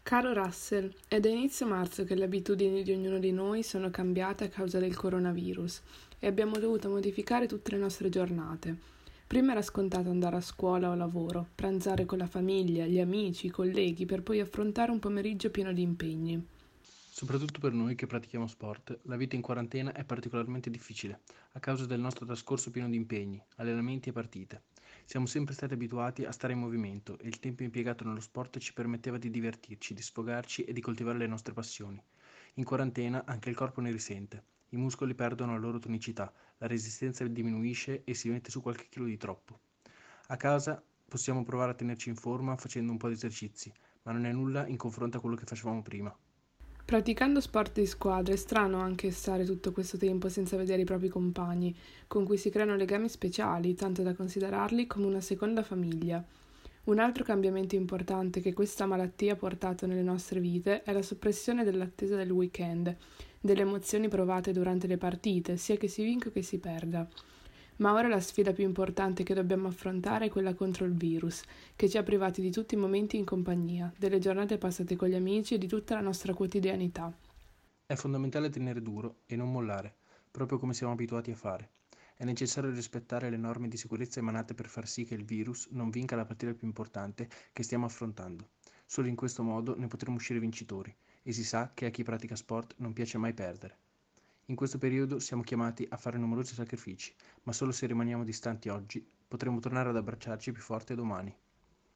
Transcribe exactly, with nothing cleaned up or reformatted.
Caro Russell, è da inizio marzo che le abitudini di ognuno di noi sono cambiate a causa del coronavirus e abbiamo dovuto modificare tutte le nostre giornate. Prima era scontato andare a scuola o lavoro, pranzare con la famiglia, gli amici, i colleghi, per poi affrontare un pomeriggio pieno di impegni. Soprattutto per noi che pratichiamo sport, la vita in quarantena è particolarmente difficile, a causa del nostro trascorso pieno di impegni, allenamenti e partite. Siamo sempre stati abituati a stare in movimento e il tempo impiegato nello sport ci permetteva di divertirci, di sfogarci e di coltivare le nostre passioni. In quarantena anche il corpo ne risente, i muscoli perdono la loro tonicità, la resistenza diminuisce e si mette su qualche chilo di troppo. A casa possiamo provare a tenerci in forma facendo un po' di esercizi, ma non è nulla in confronto a quello che facevamo prima. Praticando sport di squadra è strano anche stare tutto questo tempo senza vedere i propri compagni, con cui si creano legami speciali, tanto da considerarli come una seconda famiglia. Un altro cambiamento importante che questa malattia ha portato nelle nostre vite è la soppressione dell'attesa del weekend, delle emozioni provate durante le partite, sia che si vinca che si perda. Ma ora la sfida più importante che dobbiamo affrontare è quella contro il virus, che ci ha privati di tutti i momenti in compagnia, delle giornate passate con gli amici e di tutta la nostra quotidianità. È fondamentale tenere duro e non mollare, proprio come siamo abituati a fare. È necessario rispettare le norme di sicurezza emanate per far sì che il virus non vinca la partita più importante che stiamo affrontando. Solo in questo modo ne potremo uscire vincitori e si sa che a chi pratica sport non piace mai perdere. In questo periodo siamo chiamati a fare numerosi sacrifici, ma solo se rimaniamo distanti oggi potremo tornare ad abbracciarci più forte domani.